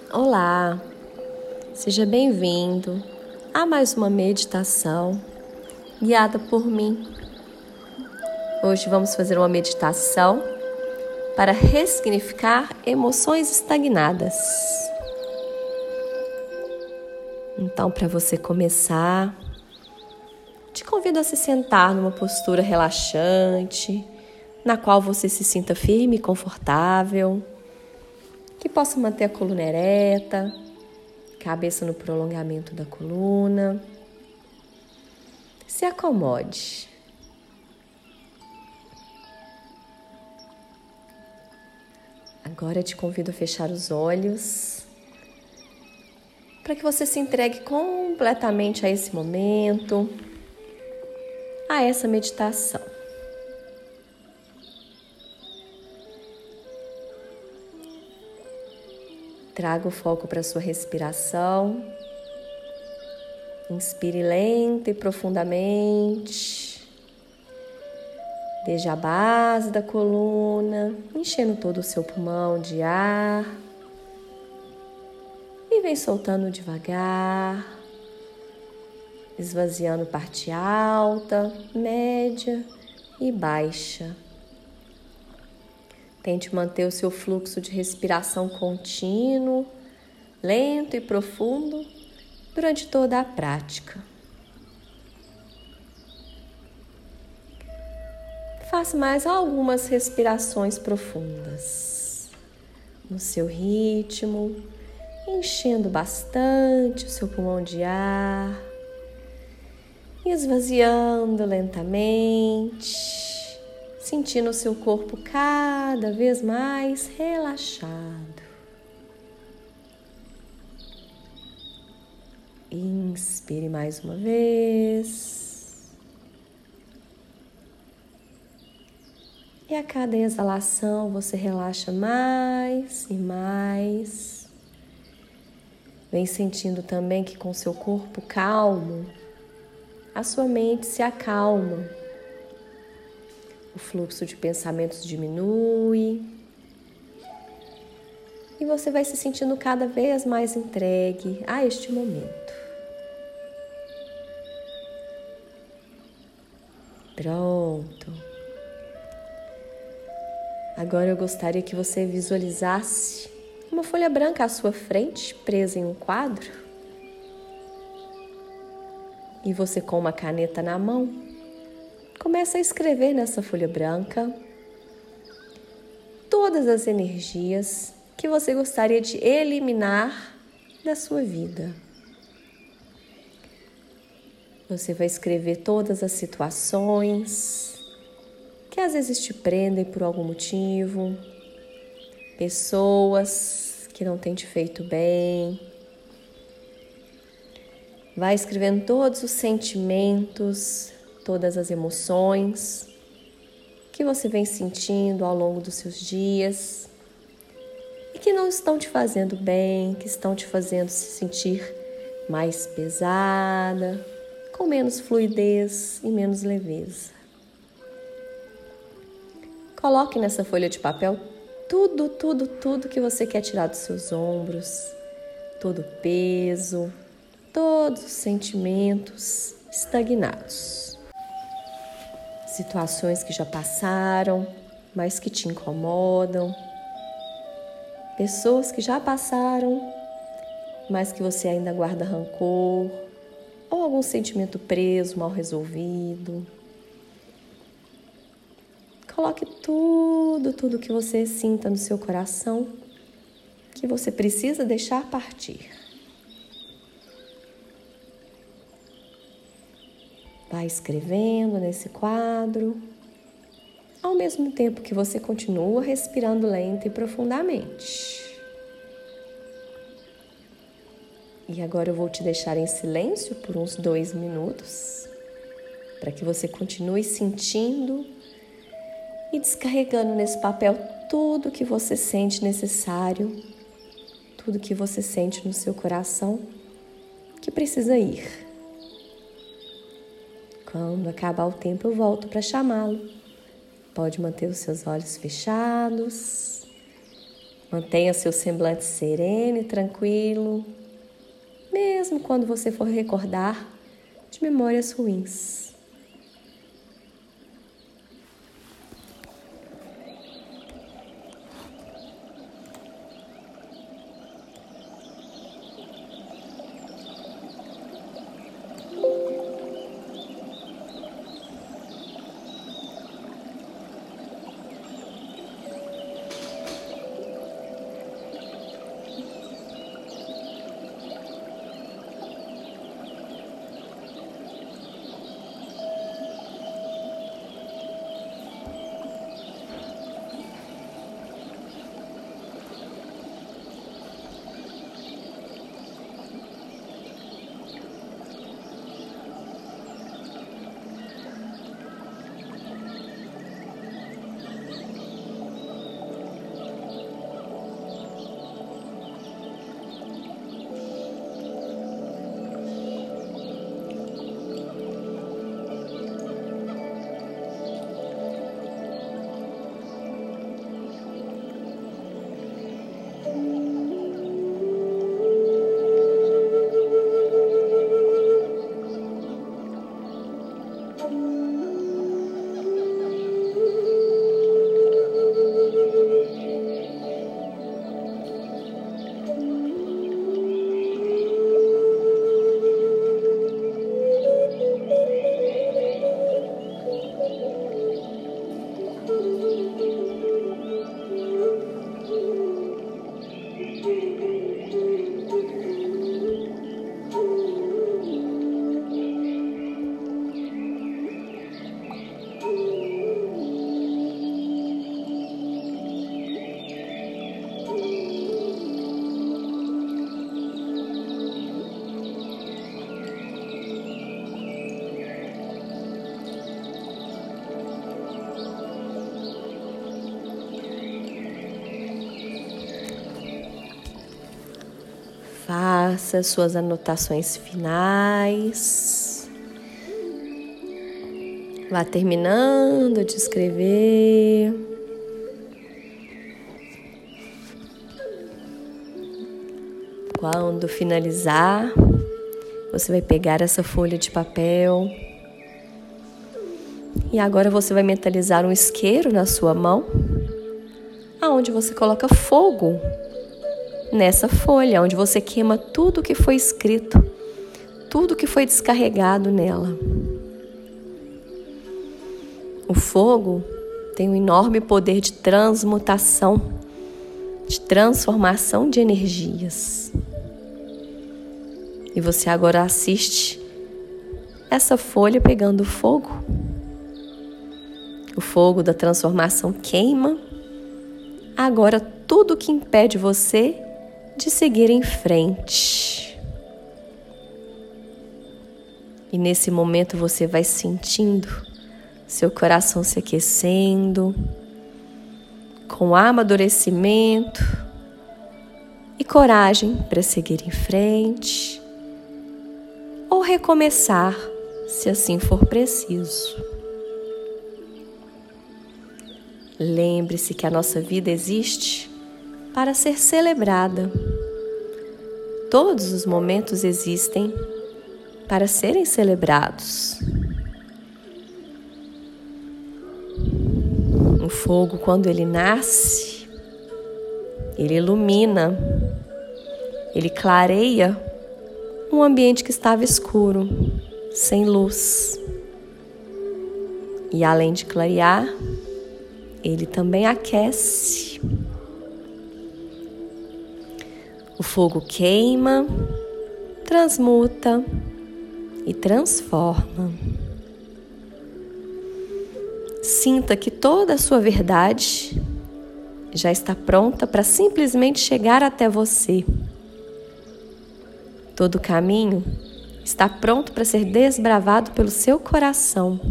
Olá, seja bem-vindo a mais uma meditação guiada por mim. Hoje vamos fazer uma meditação para ressignificar emoções estagnadas. Então, para você começar, te convido a se sentar numa postura relaxante, na qual você se sinta firme e confortável, que possa manter a coluna ereta, cabeça no prolongamento da coluna. Se acomode. Agora te convido a fechar os olhos para que você se entregue completamente a esse momento, a essa meditação. Traga o foco para a sua respiração. Inspire lenta e profundamente, desde a base da coluna, enchendo todo o seu pulmão de ar. E vem soltando devagar, esvaziando parte alta, média e baixa. Tente manter o seu fluxo de respiração contínuo, lento e profundo durante toda a prática. Faça mais algumas respirações profundas, no seu ritmo, enchendo bastante o seu pulmão de ar, esvaziando lentamente, sentindo o seu corpo cada vez mais relaxado. Inspire mais uma vez. E a cada exalação você relaxa mais e mais. Vem sentindo também que com seu corpo calmo, a sua mente se acalma. O fluxo de pensamentos diminui. E você vai se sentindo cada vez mais entregue a este momento. Pronto. Agora eu gostaria que você visualizasse uma folha branca à sua frente, presa em um quadro. E você, com uma caneta na mão, começa a escrever nessa folha branca todas as energias que você gostaria de eliminar da sua vida. Você vai escrever todas as situações que às vezes te prendem por algum motivo, pessoas que não têm te feito bem. Vai escrevendo todos os sentimentos, todas as emoções que você vem sentindo ao longo dos seus dias e que não estão te fazendo bem, que estão te fazendo se sentir mais pesada, com menos fluidez e menos leveza. Coloque nessa folha de papel tudo que você quer tirar dos seus ombros, todo o peso, todos os sentimentos estagnados. Situações que já passaram, mas que te incomodam. Pessoas que já passaram, mas que você ainda guarda rancor, ou algum sentimento preso, mal resolvido. Coloque tudo que você sinta no seu coração, que você precisa deixar partir. Vai escrevendo nesse quadro, ao mesmo tempo que você continua respirando lenta e profundamente. E agora eu vou te deixar em silêncio por uns 2 minutos, para que você continue sentindo e descarregando nesse papel tudo que você sente necessário, tudo que você sente no seu coração que precisa ir. Quando acabar o tempo, eu volto para chamá-lo. Pode manter os seus olhos fechados Mantenha seu semblante sereno e tranquilo, mesmo quando você for recordar de memórias ruins. Faça suas anotações finais. Vá terminando de escrever. Quando finalizar, você vai pegar essa folha de papel e agora você vai mentalizar um isqueiro na sua mão, aonde você coloca fogo nessa folha, onde você queima tudo que foi escrito, tudo que foi descarregado nela. O fogo tem um enorme poder de transmutação, de transformação de energias. E você agora assiste essa folha pegando fogo. O fogo da transformação queima. Agora tudo que impede você de seguir em frente. E nesse momento você vai sentindo seu coração se aquecendo, com amadurecimento e coragem para seguir em frente ou recomeçar, se assim for preciso. Lembre-se que a nossa vida existe para ser celebrada. Todos os momentos existem para serem celebrados. O fogo, quando ele nasce, ele ilumina, ele clareia um ambiente que estava escuro, sem luz. E além de clarear, ele também aquece. O fogo queima, transmuta e transforma. Sinta que toda a sua verdade já está pronta para simplesmente chegar até você. Todo o caminho está pronto para ser desbravado pelo seu coração.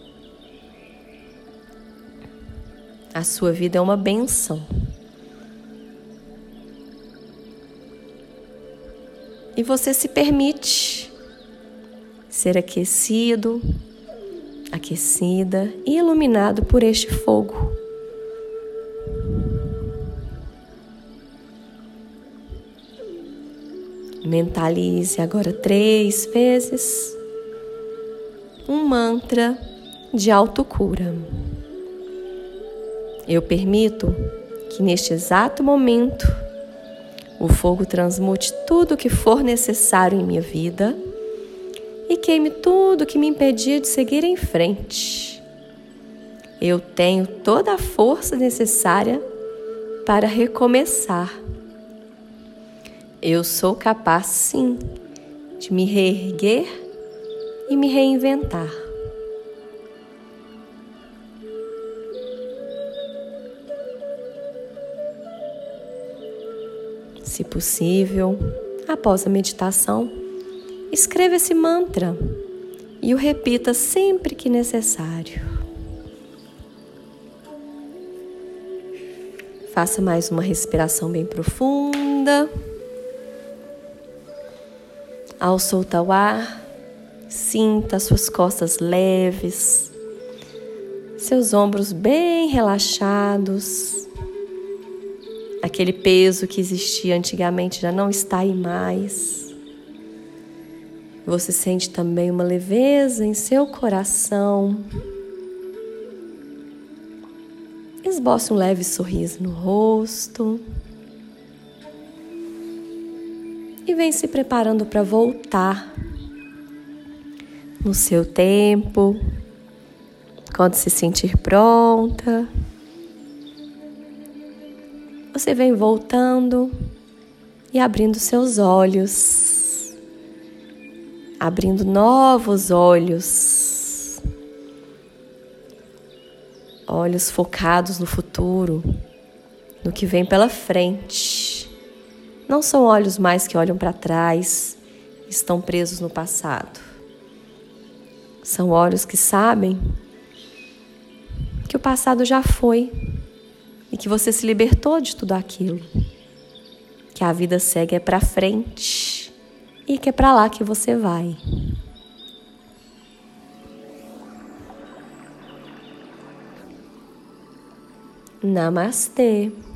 A sua vida é uma bênção. E você se permite ser aquecido, aquecida e iluminado por este fogo. Mentalize agora 3 vezes um mantra de autocura. Eu permito que neste exato momento o fogo transmute tudo o que for necessário em minha vida e queime tudo que me impedia de seguir em frente. Eu tenho toda a força necessária para recomeçar. Eu sou capaz, sim, de me reerguer e me reinventar. Se possível, após a meditação, escreva esse mantra e o repita sempre que necessário. Faça mais uma respiração bem profunda. Ao soltar o ar, sinta as suas costas leves, seus ombros bem relaxados. Aquele peso que existia antigamente já não está aí mais. Você sente também uma leveza em seu coração. Esboce um leve sorriso no rosto. E vem se preparando para voltar no seu tempo, quando se sentir pronta. Você vem voltando e abrindo seus olhos, abrindo novos olhos, olhos focados no futuro, no que vem pela frente. Não são olhos mais que olham para trás, estão presos no passado. São olhos que sabem que o passado já foi e que você se libertou de tudo aquilo. Que a vida segue para frente e que é para lá que você vai. Namastê.